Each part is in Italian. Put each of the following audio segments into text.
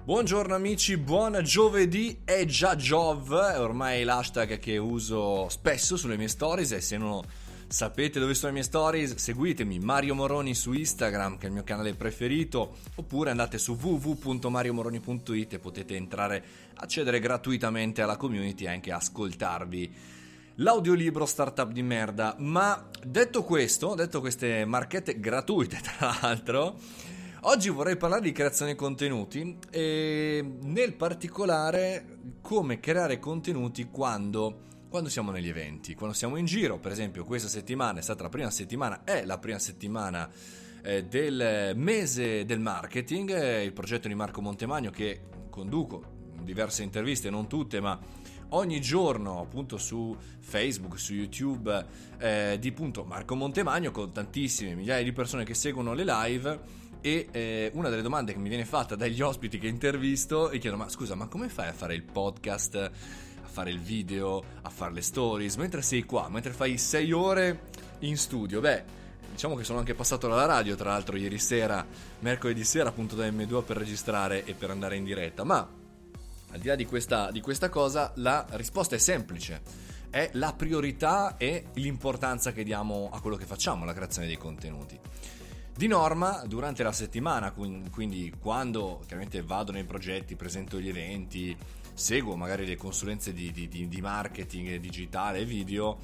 Buongiorno amici, buon giovedì, è già Giov, è ormai l'hashtag che uso spesso sulle mie stories e se non sapete dove sono le mie stories seguitemi Mario Moroni su Instagram che è il mio canale preferito oppure andate su www.mariomoroni.it e potete entrare, accedere gratuitamente alla community e anche ascoltarvi l'audiolibro Startup di merda. Ma detto questo, detto queste marchette gratuite tra l'altro, oggi vorrei parlare di creazione contenuti e nel particolare come creare contenuti quando siamo negli eventi, quando siamo in giro. Per esempio questa settimana è stata la prima settimana, è la prima settimana del mese del marketing, il progetto di Marco Montemagno che conduco diverse interviste, non tutte ma ogni giorno appunto su Facebook, su YouTube di appunto Marco Montemagno con tantissime migliaia di persone che seguono le live. E una delle domande che mi viene fatta dagli ospiti che intervisto e chiedo: ma scusa, ma come fai a fare il podcast, a fare il video, a fare le stories mentre sei qua, mentre fai 6 ore in studio? Beh, diciamo che sono anche passato dalla radio tra l'altro ieri sera, mercoledì sera appunto da M2 per registrare e per andare in diretta. Ma al di là di questa cosa, la risposta è semplice: è la priorità e l'importanza che diamo a quello che facciamo, la creazione dei contenuti. Di norma, durante la settimana, quindi quando chiaramente vado nei progetti, presento gli eventi, seguo magari le consulenze di marketing digitale e video,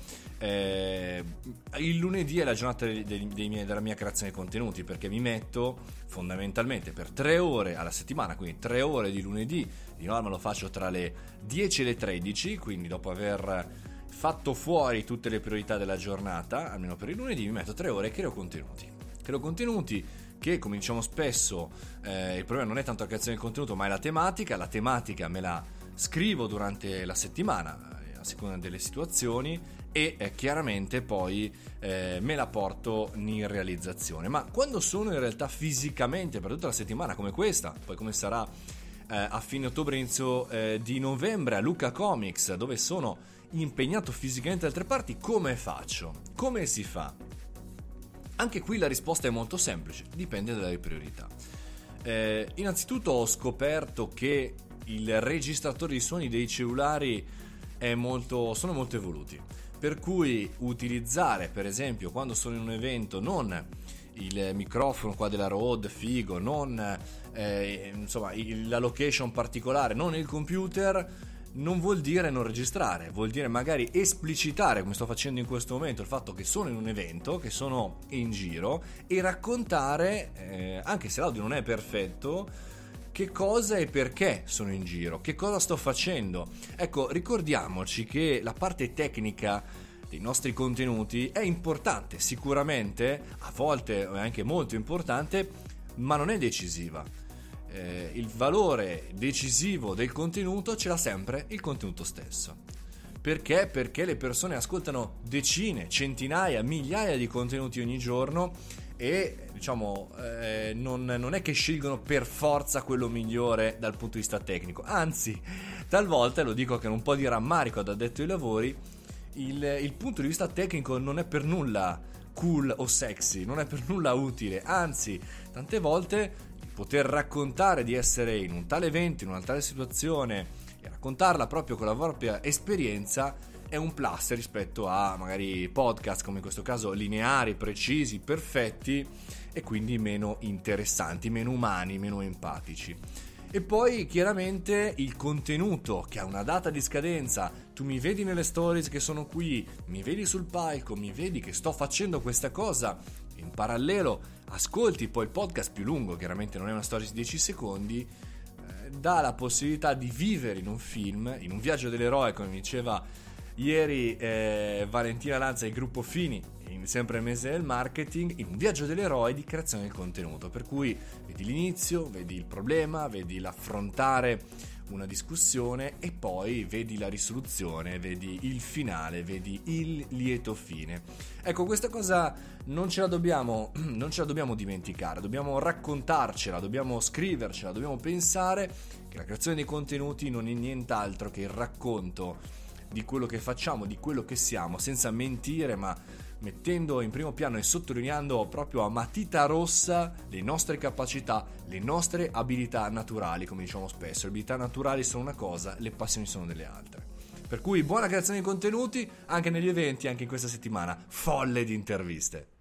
il lunedì è la giornata della mia creazione di contenuti, perché mi metto fondamentalmente per 3 ore alla settimana, quindi 3 ore di lunedì, di norma lo faccio tra le 10 e le 13, quindi dopo aver fatto fuori tutte le priorità della giornata, almeno per il lunedì mi metto 3 ore e creo contenuti che, come diciamo spesso, il problema non è tanto la creazione del contenuto ma è la tematica me la scrivo durante la settimana a seconda delle situazioni e chiaramente poi me la porto in realizzazione. Ma quando sono in realtà fisicamente per tutta la settimana come questa, poi come sarà a fine ottobre, inizio di novembre a Lucca Comics, dove sono impegnato fisicamente da altre parti, come faccio? Come si fa? Anche qui la risposta è molto semplice, dipende dalle priorità. Innanzitutto ho scoperto che il registratore di suoni dei cellulari sono molto evoluti, per cui utilizzare per esempio quando sono in un evento non il microfono qua della Rode figo, non la location particolare, non il computer, non vuol dire non registrare, vuol dire magari esplicitare, come sto facendo in questo momento, il fatto che sono in un evento, che sono in giro, e raccontare, anche se l'audio non è perfetto, che cosa e perché sono in giro, che cosa sto facendo. Ecco, ricordiamoci che la parte tecnica dei nostri contenuti è importante, sicuramente, a volte è anche molto importante, ma non è decisiva. Il valore decisivo del contenuto ce l'ha sempre il contenuto stesso. Perché? Perché le persone ascoltano decine, centinaia, migliaia di contenuti ogni giorno e diciamo non è che scelgono per forza quello migliore dal punto di vista tecnico, anzi talvolta, lo dico con un po' di rammarico ad addetto ai lavori, il punto di vista tecnico non è per nulla cool o sexy, non è per nulla utile, anzi tante volte poter raccontare di essere in un tale evento, in una tale situazione e raccontarla proprio con la propria esperienza è un plus rispetto a magari podcast, come in questo caso lineari, precisi, perfetti e quindi meno interessanti, meno umani, meno empatici. E poi chiaramente il contenuto che ha una data di scadenza, tu mi vedi nelle stories che sono qui, mi vedi sul palco, mi vedi che sto facendo questa cosa, in parallelo ascolti poi il podcast più lungo, chiaramente non è una storia di 10 secondi, dà la possibilità di vivere in un film, in un viaggio dell'eroe, come diceva ieri Valentina Lanza e il gruppo Fini, sempre il mese del marketing, in un viaggio dell'eroe di creazione del contenuto, per cui vedi l'inizio, vedi il problema, vedi l'affrontare una discussione e poi vedi la risoluzione, vedi il finale, vedi il lieto fine. Ecco, questa cosa non ce la dobbiamo dimenticare, dobbiamo raccontarcela, dobbiamo scrivercela, dobbiamo pensare che la creazione dei contenuti non è nient'altro che il racconto di quello che facciamo, di quello che siamo, senza mentire ma mettendo in primo piano e sottolineando proprio a matita rossa le nostre capacità, le nostre abilità naturali. Come diciamo spesso, le abilità naturali sono una cosa, le passioni sono delle altre. Per cui buona creazione di contenuti anche negli eventi, anche in questa settimana folle di interviste.